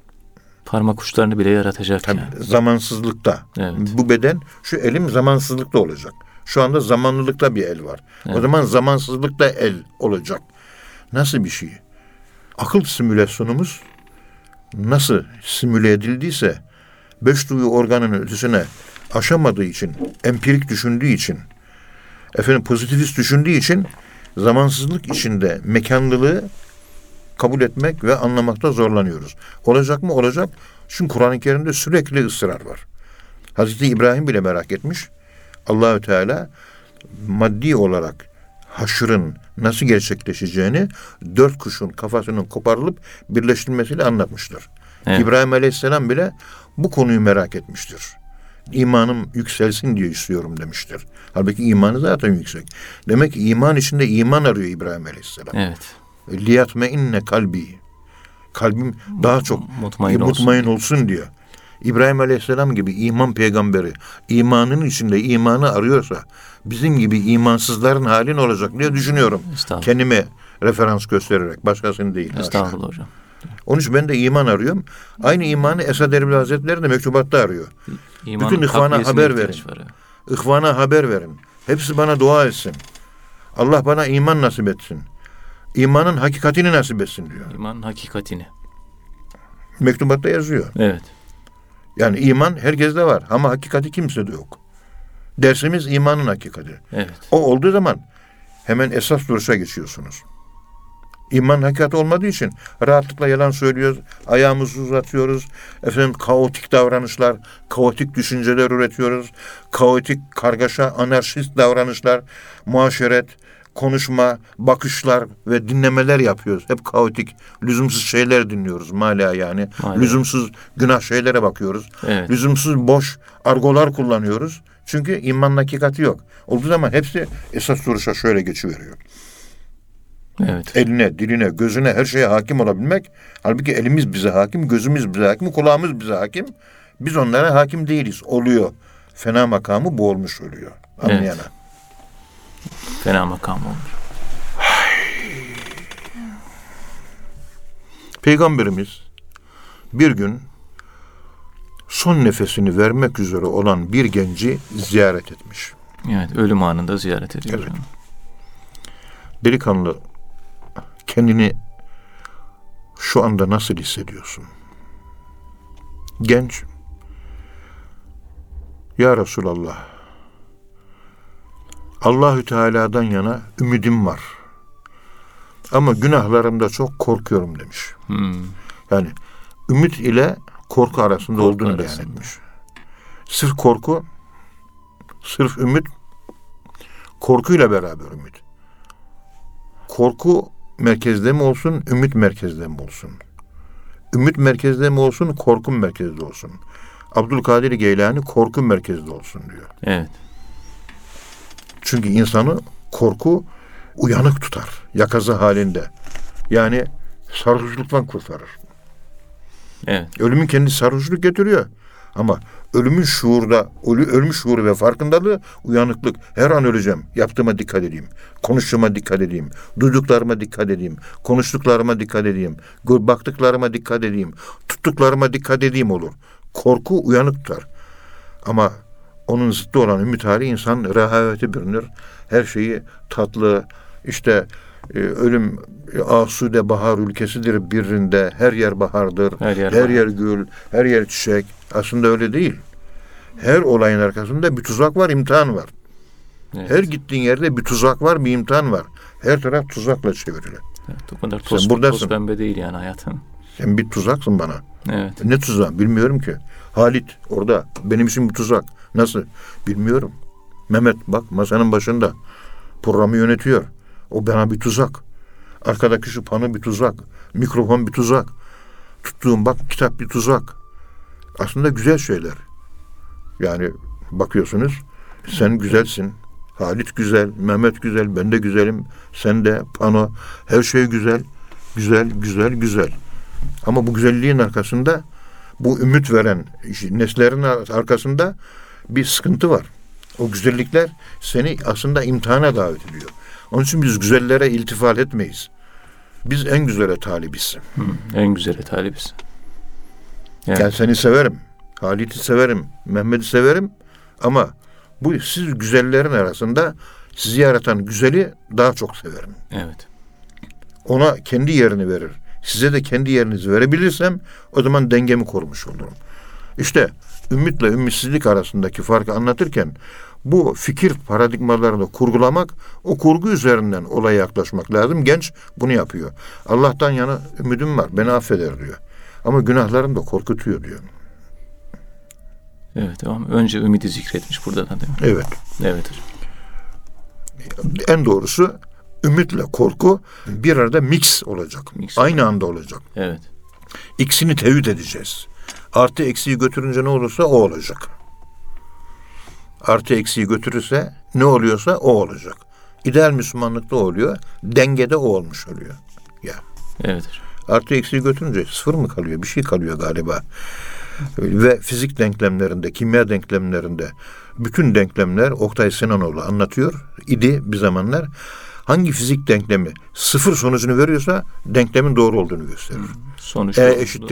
Parmak uçlarını bile yaratacak Tabii, yani. zamansızlıkta. Evet. Bu beden, şu elim zamansızlıkta olacak. Şu anda zamanlılıkta bir el var. Evet. O zaman zamansızlıkta el olacak. Nasıl bir şey? Akıl simülasyonumuz nasıl simüle edildiyse 5 duyu organının ötesine aşamadığı için, empirik düşündüğü için, pozitivist düşündüğü için zamansızlık içinde mekanlılığı kabul etmek ve anlamakta zorlanıyoruz. Olacak mı? Olacak. Çünkü Kur'an-ı Kerim'de sürekli ısrar var. Hazreti İbrahim bile merak etmiş. Allahü Teala maddi olarak haşrın nasıl gerçekleşeceğini 4 kuşun kafasının koparılıp birleştirilmesiyle anlatmıştır. Evet. İbrahim Aleyhisselam bile bu konuyu merak etmiştir. İmanım yükselsin diye istiyorum demiştir. Halbuki imanı zaten yüksek. Demek ki iman içinde iman arıyor İbrahim Aleyhisselam. Evet. Liyatme inne kalbi. Kalbim daha çok Mutmain olsun diyor. İbrahim Aleyhisselam gibi iman peygamberi imanın içinde imanı arıyorsa bizim gibi imansızların hali ne olacak diye düşünüyorum. Kendime referans göstererek başkasını değil. Estağfurullah hocam. Onun için ben de iman arıyorum. Aynı imanı Esad Erbil Hazretleri de mektubatta arıyor. Bütün ihvana haber verin. İhvana haber verin. Hepsi bana dua etsin. Allah bana iman nasip etsin. İmanın hakikatini nasip etsin diyor. İmanın hakikatini. Mektubatta yazıyor. Evet. Yani iman herkeste var ama hakikati kimsede yok. Dersimiz imanın hakikati. Evet. O olduğu zaman hemen esas duruşa geçiyorsunuz. İman hakikati olmadığı için rahatlıkla yalan söylüyoruz, ayağımızı uzatıyoruz, kaotik davranışlar, kaotik düşünceler üretiyoruz, kaotik kargaşa, anarşist davranışlar, muaşeret, konuşma, bakışlar ve dinlemeler yapıyoruz. Hep kaotik, lüzumsuz şeyler dinliyoruz mala yani. Mala. Lüzumsuz günah şeylere bakıyoruz. Evet. Lüzumsuz boş argolar kullanıyoruz. Çünkü imanın hakikati yok. Olduğu zaman hepsi esas duruşa şöyle geçiveriyor. Evet. Eline, diline, gözüne, her şeye hakim olabilmek. Halbuki elimiz bize hakim, gözümüz bize hakim, kulağımız bize hakim. Biz onlara hakim değiliz. Oluyor. Fena makamı bu olmuş oluyor. Anlayana. Evet. Fena makam olmuş. Peygamberimiz bir gün son nefesini vermek üzere olan bir genci ziyaret etmiş. Evet, ölüm anında ziyaret ediyor. Evet. Delikanlı, kendini şu anda nasıl hissediyorsun? Genç, ya Resulallah, Allahü Teala'dan yana ümidim var. Ama günahlarımda çok korkuyorum demiş. Yani ümit ile korku arasında olduğunu beyan etmiş. Sırf korku, sırf ümit, korkuyla beraber ümit. Korku merkezde mi olsun, ümit merkezde mi olsun? Ümit merkezde mi olsun, korku merkezde olsun? Abdülkadir Geylani korku merkezde olsun diyor. Evet. Çünkü insanı korku uyanık tutar, yakaza halinde. Yani sarhoşluktan kurtarır. Evet. Ölümün kendisi sarhoşluk getiriyor. Ama ölümün şuuru ve farkındalığı uyanıklık. Her an öleceğim. Yaptığıma dikkat edeyim. Konuştuğuma dikkat edeyim. Duyduklarıma dikkat edeyim. Konuştuklarıma dikkat edeyim. Baktıklarıma dikkat edeyim. Tuttuklarıma dikkat edeyim olur. Korku uyanık tutar. Ama onun zıttı olan ümit hali insan rehavete bürünür. Her şeyi tatlı, işte ölüm asude bahar ülkesidir birinde. Her yer bahardır. Her yer gül, her yer çiçek. Aslında öyle değil. Her olayın arkasında bir tuzak var, imtihan var. Evet. Her gittiğin yerde bir tuzak var, bir imtihan var. Her taraf tuzakla çevrili. Evet, o kadar toz pembe değil yani hayatın. Sen bir tuzaksın bana. Evet. Ne tuzağı? Bilmiyorum ki. Halit orada. Benim için bir tuzak. Nasıl? Bilmiyorum. Mehmet bak masanın başında. Programı yönetiyor. O bana bir tuzak. Arkadaki şu pano bir tuzak. Mikrofon bir tuzak. Tuttuğum bak kitap bir tuzak. Aslında güzel şeyler. Yani bakıyorsunuz sen güzelsin. Halit güzel, Mehmet güzel, ben de güzelim. Sen de, pano, her şey güzel. Güzel, güzel, güzel. Ama bu güzelliğin arkasında, bu ümit veren neslerin arkasında bir sıkıntı var. O güzellikler seni aslında imtihana davet ediyor. Onun için biz güzellere iltifat etmeyiz. Biz en güzele talibiz. En güzele talibiz. Evet. Yani seni severim. Halit'i severim. Mehmet'i severim. Ama bu siz güzellerin arasında sizi yaratan güzeli daha çok severim. Evet. Ona kendi yerini verir. Size de kendi yerinizi verebilirsem o zaman dengemi korumuş olurum. İşte ümitle ümitsizlik arasındaki farkı anlatırken bu fikir paradigmalarını kurgulamak, o kurgu üzerinden olaya yaklaşmak lazım. Genç bunu yapıyor. Allah'tan yana ümidim var, beni affeder diyor. Ama günahlarım da korkutuyor diyor. Evet, tamam. Önce ümidi zikretmiş burada da değil mi? Evet. Evet hocam. En doğrusu ümitle korku bir arada mix olacak. Aynı anda olacak. Evet. İkisini tevhid edeceğiz. Artı eksiği götürünce ne olursa o olacak. Artı eksiği götürürse ne oluyorsa o olacak. İdeal Müslümanlıkta oluyor. Dengede o olmuş oluyor. Ya. Evet hocam. Artı eksiği götürünce sıfır mı kalıyor? Bir şey kalıyor galiba. Ve fizik denklemlerinde, kimya denklemlerinde bütün denklemler Oktay Sinanoğlu anlatıyor idi bir zamanlar. Hangi fizik denklemi sıfır sonucunu veriyorsa denklemin doğru olduğunu gösterir. Sonuç eşittir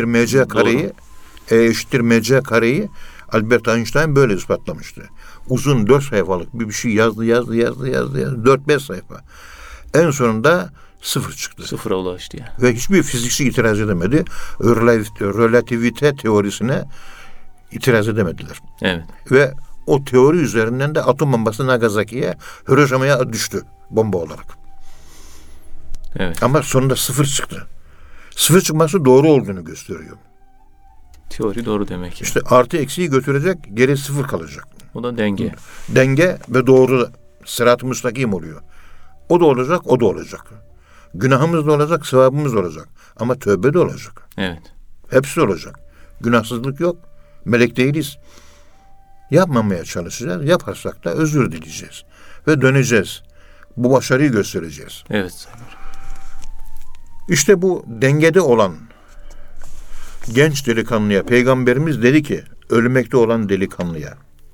mc kareyi Albert Einstein böyle ispatlamıştı. Uzun 4 sayfalık bir şey yazdı. 4-5 sayfa. En sonunda sıfır çıktı. Sıfıra ulaştı ya. Ve hiçbir fizikçi itiraz edemedi. Relativite teorisine itiraz edemediler. Evet. Ve o teori üzerinden de atom bombası Nagasaki'ye, Hiroşima'ya düştü bomba olarak. Evet. Ama sonunda sıfır çıktı. Sıfır çıkması doğru olduğunu gösteriyor. Teori doğru demek. İşte artı eksiği götürecek, geri sıfır kalacak. O da denge. Denge ve doğru sırat-ı müstakim oluyor. O da olacak, o da olacak. Günahımız da olacak, sevabımız da olacak. Ama tövbe de olacak. Evet. Hepsi olacak. Günahsızlık yok. Melek değiliz. Yapmamaya çalışacağız. Yaparsak da özür dileyeceğiz. Ve döneceğiz. Bu başarıyı göstereceğiz. Evet. İşte bu dengede olan genç delikanlıya Peygamberimiz dedi ki, ölmekte olan delikanlıya,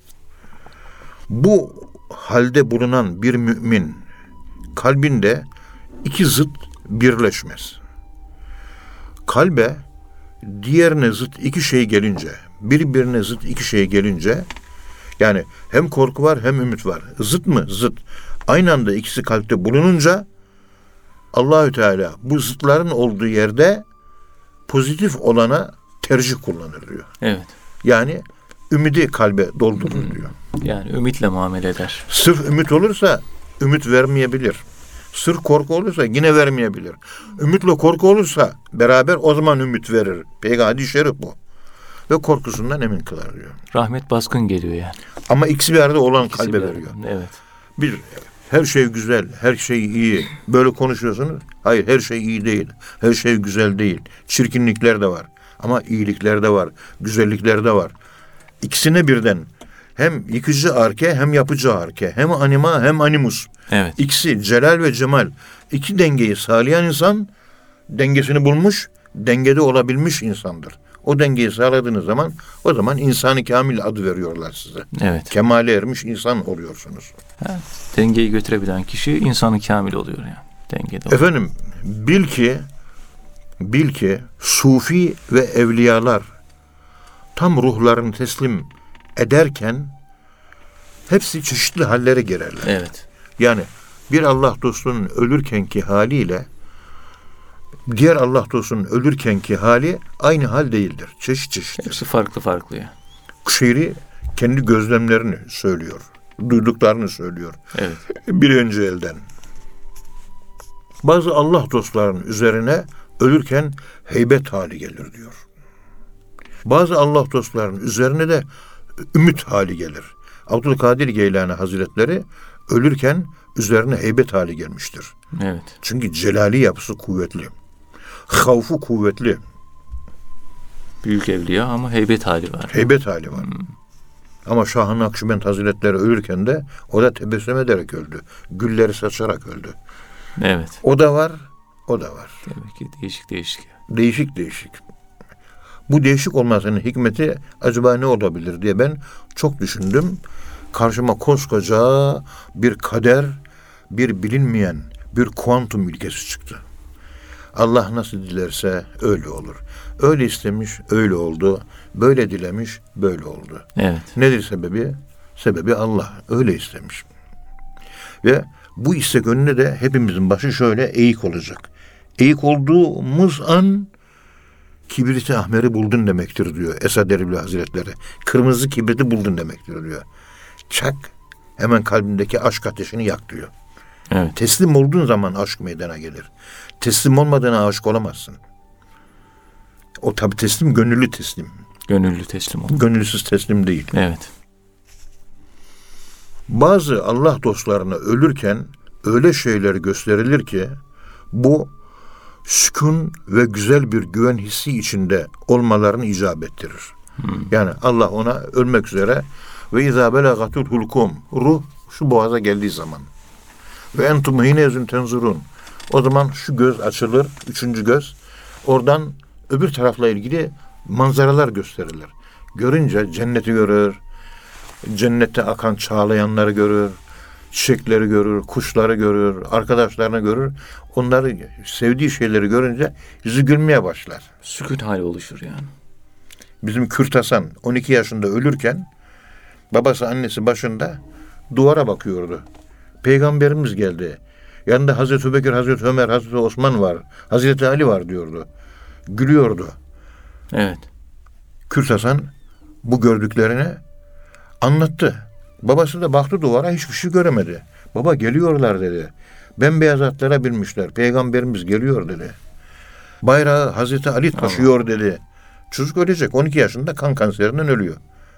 bu halde bulunan bir mümin kalbinde iki zıt birleşmez. Kalbe diğerine zıt iki şey gelince, birbirine zıt iki şey gelince, yani hem korku var hem ümit var. Zıt mı? Zıt. Aynı anda ikisi kalpte bulununca Allahü Teala bu zıtların olduğu yerde pozitif olana tercih kullanır diyor. Evet. Yani ümidi kalbe doldurur diyor. Yani ümitle muamele eder. Sırf ümit olursa ümit vermeyebilir. Sırf korku olursa yine vermeyebilir. Ümitle korku olursa beraber o zaman ümit verir. Peygamber şerif bu. Ve korkusundan emin kılar diyor. Rahmet baskın geliyor yani. Ama ikisi bir arada olan İkisi kalbe bir veriyor. Evet. Bir, her şey güzel, her şey iyi. Böyle konuşuyorsunuz. Hayır, her şey iyi değil. Her şey güzel değil. Çirkinlikler de var. Ama iyilikler de var. Güzellikler de var. İkisine birden hem yıkıcı arke hem yapıcı arke. Hem anima hem animus. Evet. İkisi celal ve cemal. İki dengeyi sağlayan insan dengesini bulmuş, dengede olabilmiş insandır. O dengeyi sağladığınız zaman o zaman insan-ı kamil adı veriyorlar size. Evet. Kemale ermiş insan oluyorsunuz. Dengeyi götürebilen kişi insanı kamil oluyor yani. Dengede oluyor. Efendim bil ki sufi ve evliyalar tam ruhlarını teslim ederken hepsi çeşitli hallere girerler. Evet. Yani bir Allah dostunun ölürkenki haliyle diğer Allah dostunun ölürkenki hali aynı hal değildir. Çeşit çeşittir. Hepsi farklı farklı ya. Kuşeyri kendi gözlemlerini söylüyor. Duyduklarını söylüyor. Evet. Bir önce elden. Bazı Allah dostlarının üzerine ölürken heybet hali gelir diyor. Bazı Allah dostlarının üzerine de ümit hali gelir. Abdülkadir Geylani Hazretleri ölürken üzerine heybet hali gelmiştir. Evet. Çünkü celali yapısı kuvvetli. Havfu kuvvetli. Büyük evliya ama heybet hali var. Heybet hali var. Ama Şah-ı Nakşibend Hazretleri ölürken de o da tebessüm ederek öldü. Gülleri saçarak öldü. Evet. O da var, o da var. Demek ki değişik değişik. Değişik değişik. Bu değişik olmasının hikmeti acaba ne olabilir diye ben çok düşündüm. Karşıma koskoca bir kader, bir bilinmeyen bir kuantum ilkesi çıktı. Allah nasıl dilerse öyle olur. Öyle istemiş, öyle oldu. Böyle dilemiş, böyle oldu. Evet. Nedir sebebi? Sebebi Allah. Öyle istemiş. Ve bu istek önüne de hepimizin başı şöyle eğik olacak. Eğik olduğumuz an kibriti ahmeri buldun demektir diyor Esad Erbil Hazretleri. Kırmızı kibriti buldun demektir diyor. Çak, hemen kalbindeki aşk ateşini yak diyor. Evet. Teslim olduğun zaman aşk meydana gelir. Teslim olmadığına aşık olamazsın. O tabi teslim, gönüllü teslim. Gönüllü teslim ol. Gönülsüz teslim değil. Evet. Bazı Allah dostlarına ölürken öyle şeyler gösterilir ki bu sükun ve güzel bir güven hissi içinde olmalarını icap ettirir. Yani Allah ona ölmek üzere ve izâ belagatul hulkum, ruh şu boğaza geldiği zaman ve entum hine ezün tenzurun, o zaman şu göz açılır, üçüncü göz, oradan öbür tarafla ilgili manzaralar gösterilir. Görünce cenneti görür, cennette akan çağlayanları görür, çiçekleri görür, kuşları görür, arkadaşlarını görür. Onları, sevdiği şeyleri görünce yüzü gülmeye başlar. Sükun hali oluşur yani. Bizim Kürt Hasan 12 yaşında ölürken babası annesi başında duvara bakıyordu. Peygamberimiz geldi. Yanında Hazreti Ebubekir, Hazreti Ömer, Hazreti Osman var. Hazreti Ali var diyordu. Gülüyordu. Evet. Kürt Hasan bu gördüklerini anlattı. Babası da baktı duvara, hiçbir şey göremedi. Baba geliyorlar dedi. Bembeyaz atlara binmişler. Peygamberimiz geliyor dedi. Bayrağı Hazreti Ali taşıyor dedi. Çocuk ölecek. 12 yaşında kan kanserinden ölüyor.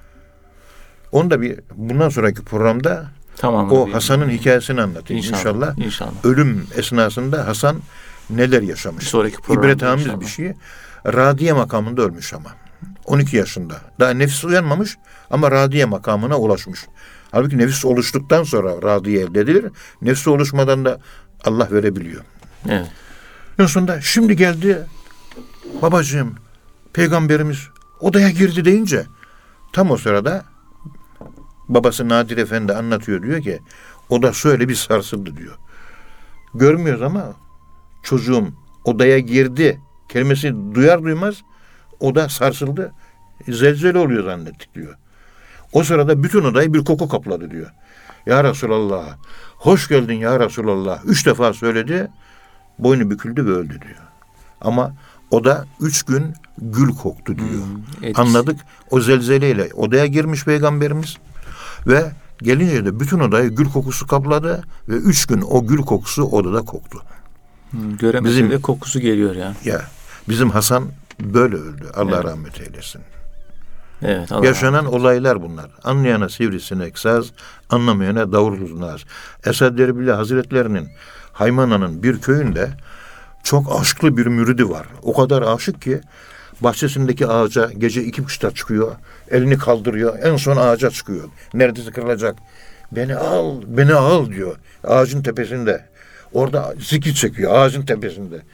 Onu da bundan sonraki programda Tamam. o Hasan'ın hikayesini anlatayım inşallah. İnşallah. Ölüm esnasında Hasan neler yaşamış. Bir sonraki programda İbretamiz inşallah. bir şey. Radiye makamında ölmüş ama. 12 yaşında. Daha nefis uyanmamış ama radiye makamına ulaşmış. Halbuki nefis oluştuktan sonra radiye elde edilir. Nefsi oluşmadan da Allah verebiliyor. Evet. En sonunda şimdi geldi babacığım, peygamberimiz odaya girdi deyince tam o sırada babası Nadir Efendi anlatıyor, diyor ki oda şöyle bir sarsıldı diyor. Görmüyoruz ama çocuğum odaya girdi kelimesi duyar duymaz oda sarsıldı. Zelzele oluyor zannettik diyor. O sırada bütün odayı bir koku kapladı diyor. Ya Resulallah, hoş geldin ya Resulallah. 3 defa söyledi, boynu büküldü ve öldü diyor. Ama o da 3 gün gül koktu diyor. Anladık. O zelzeleyle odaya girmiş peygamberimiz ve gelince de bütün odayı gül kokusu kapladı ve 3 gün o gül kokusu odada koktu. Göremese de kokusu geliyor yani. Ya bizim Hasan böyle öldü. Allah rahmet eylesin. Evet. Allah Yaşanan olaylar bunlar. Anlayana sivrisinek saz, anlamayana davul naz. Esad Erbil Hazretlerinin Haymana'nın bir köyünde çok aşklı bir müridi var. O kadar aşık ki bahçesindeki ağaca gece 2.30'da çıkıyor. Elini kaldırıyor. En son ağaca çıkıyor. Neredeyse kırılacak. Beni al, beni al diyor. Ağacın tepesinde. Orada zikir çekiyor ağacın tepesinde.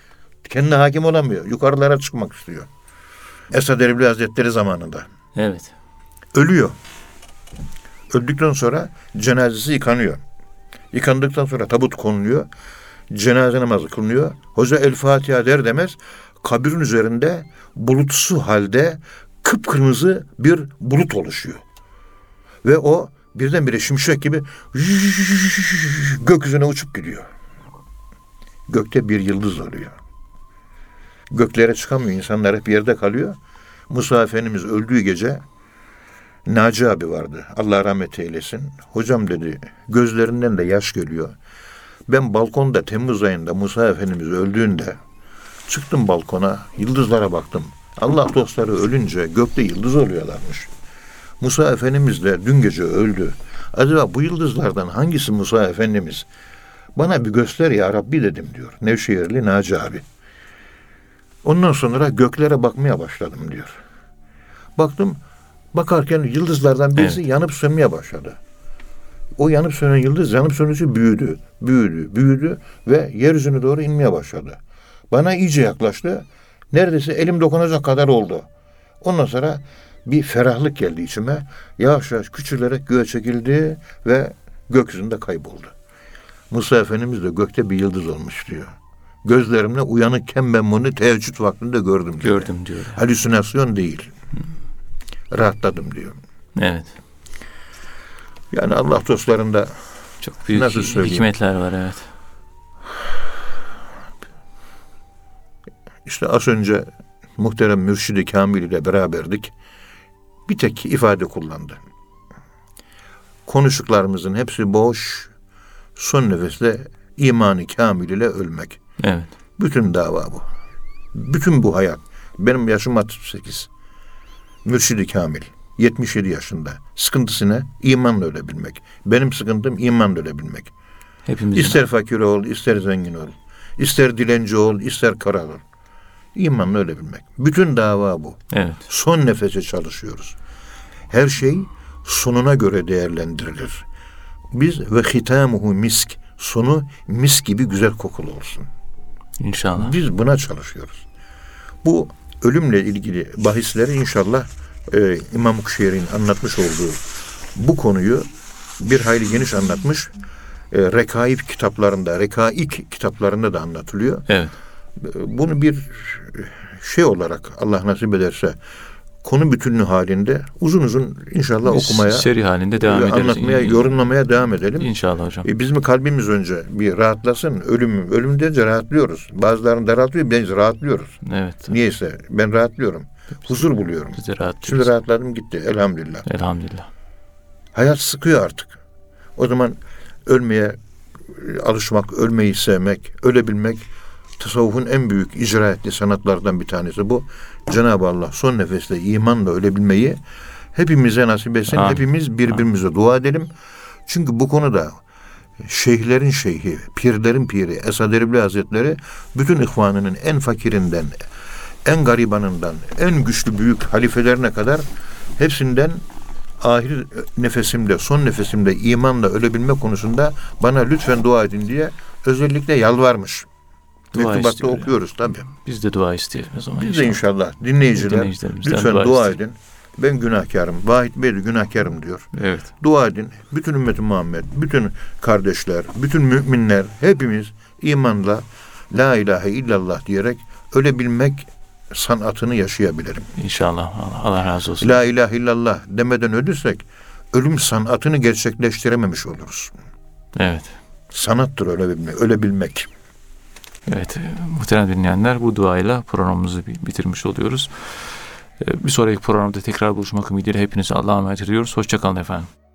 Kendine hakim olamıyor. Yukarılara çıkmak istiyor. Esad Erbil Hazretleri zamanında. Evet. Ölüyor. Öldükten sonra cenazesi yıkanıyor. Yıkandıktan sonra tabut konuluyor. Cenaze namazı kılınıyor. Hoca El Fatiha der demez kabrin üzerinde bulutsu halde kıpkırmızı bir bulut oluşuyor. Ve o birdenbire şimşek gibi gökyüzüne uçup gidiyor. Gökte bir yıldız oluyor. Göklere çıkamıyor. İnsanlar hep yerde kalıyor. Musa Efendimiz öldüğü gece Naci abi vardı. Allah rahmet eylesin. Hocam dedi, gözlerinden de yaş geliyor. Ben balkonda Temmuz ayında Musa Efendimiz öldüğünde çıktım balkona, yıldızlara baktım. Allah dostları ölünce gökte yıldız oluyorlarmış. Musa Efendimiz de dün gece öldü. Acaba bu yıldızlardan hangisi Musa Efendimiz? Bana bir göster ya Rabbi dedim diyor. Nevşehirli Naci abi. Ondan sonra göklere bakmaya başladım diyor. Baktım, bakarken yıldızlardan birisi yanıp sönmeye başladı. O yanıp sönen yıldız yanıp sönücü büyüdü ve yeryüzüne doğru inmeye başladı. Bana iyice yaklaştı. Neredeyse elim dokunacak kadar oldu. Ondan sonra bir ferahlık geldi içime. Yavaş yavaş küçülerek göğe çekildi ve gökyüzünde kayboldu. Musa Efendimiz de gökte bir yıldız olmuş diyor. Gözlerimle uyanıkken ben bunu teheccüd vaktinde gördüm diyor. Gördüm diyor. Halüsinasyon değil. Rahatladım diyor. Evet. Yani Allah dostlarında çok büyük hikmetler var, evet. İşte az önce muhterem Mürşid-i Kamil ile beraberdik. Bir tek ifade kullandı. Konuştuklarımızın hepsi boş, son nefeste imanı kamil ile ölmek. Evet. Bütün dava bu. Bütün bu hayat. Benim yaşım 68. Mürşid-i Kamil. 77 yaşında. Sıkıntısı ne? İmanla ölebilmek. Benim sıkıntım imanla ölebilmek. Hepimizin. İster fakir ol, ister zengin ol. İster dilenci ol, ister kara ol. İmanla ölebilmek. Bütün dava bu. Evet. Son nefese çalışıyoruz. Her şey sonuna göre değerlendirilir. Biz ve hitamuhu misk. Sonu mis gibi güzel kokulu olsun. İnşallah. Biz buna çalışıyoruz. Bu ölümle ilgili bahisleri inşallah İmam Kuşeyri'nin anlatmış olduğu bu konuyu bir hayli geniş anlatmış. Rekaik kitaplarında da anlatılıyor. Evet. Bunu bir şey olarak Allah nasip ederse konu bütünlüğü halinde uzun uzun inşallah biz okumaya, seri halinde devam ederiz. Anlatmaya, yorumlamaya devam edelim. İnşallah hocam. Bizim kalbimiz önce bir rahatlasın. Ölüm deyince rahatlıyoruz. Bazılarını da rahatlıyor, biz rahatlıyoruz. Evet. Niyeyse ben rahatlıyorum. Huzur buluyorum. Biz de rahatlıyoruz. Şimdi rahatladım gitti elhamdülillah. Elhamdülillah. Hayat sıkıyor artık. O zaman ölmeye alışmak, ölmeyi sevmek, ölebilmek tasavvufun en büyük icra ettiği sanatlardan bir tanesi bu. Cenab-ı Allah son nefeste imanla ölebilmeyi hepimize nasip etsin. Amin. Hepimiz birbirimize dua edelim. Çünkü bu konuda şeyhlerin şeyhi, pirlerin piri, Esad Erbil Hazretleri bütün ihvanının en fakirinden, en garibanından, en güçlü büyük halifelerine kadar hepsinden ahir nefesimde, son nefesimde imanla ölebilme konusunda bana lütfen dua edin diye özellikle yalvarmış. Mektubatta okuyoruz tabii. Biz de dua isteyelim o zaman. Biz de inşallah dinleyiciler lütfen dua edin. Ben günahkarım. Vahid Bey de günahkarım diyor. Evet. Dua edin. Bütün ümmeti Muhammed, bütün kardeşler, bütün müminler hepimiz imanla la ilahe illallah diyerek ölebilmek sanatını yaşayabilirim. İnşallah. Allah razı olsun. La ilahe illallah demeden ölürsek ölüm sanatını gerçekleştirememiş oluruz. Evet. Sanattır ölebilmek. Evet, muhterem dinleyenler, bu duayla programımızı bitirmiş oluyoruz. Bir sonraki programda tekrar buluşmak ümidiyle hepinize Allah'a emanet ediyoruz. Hoşça kalın efendim.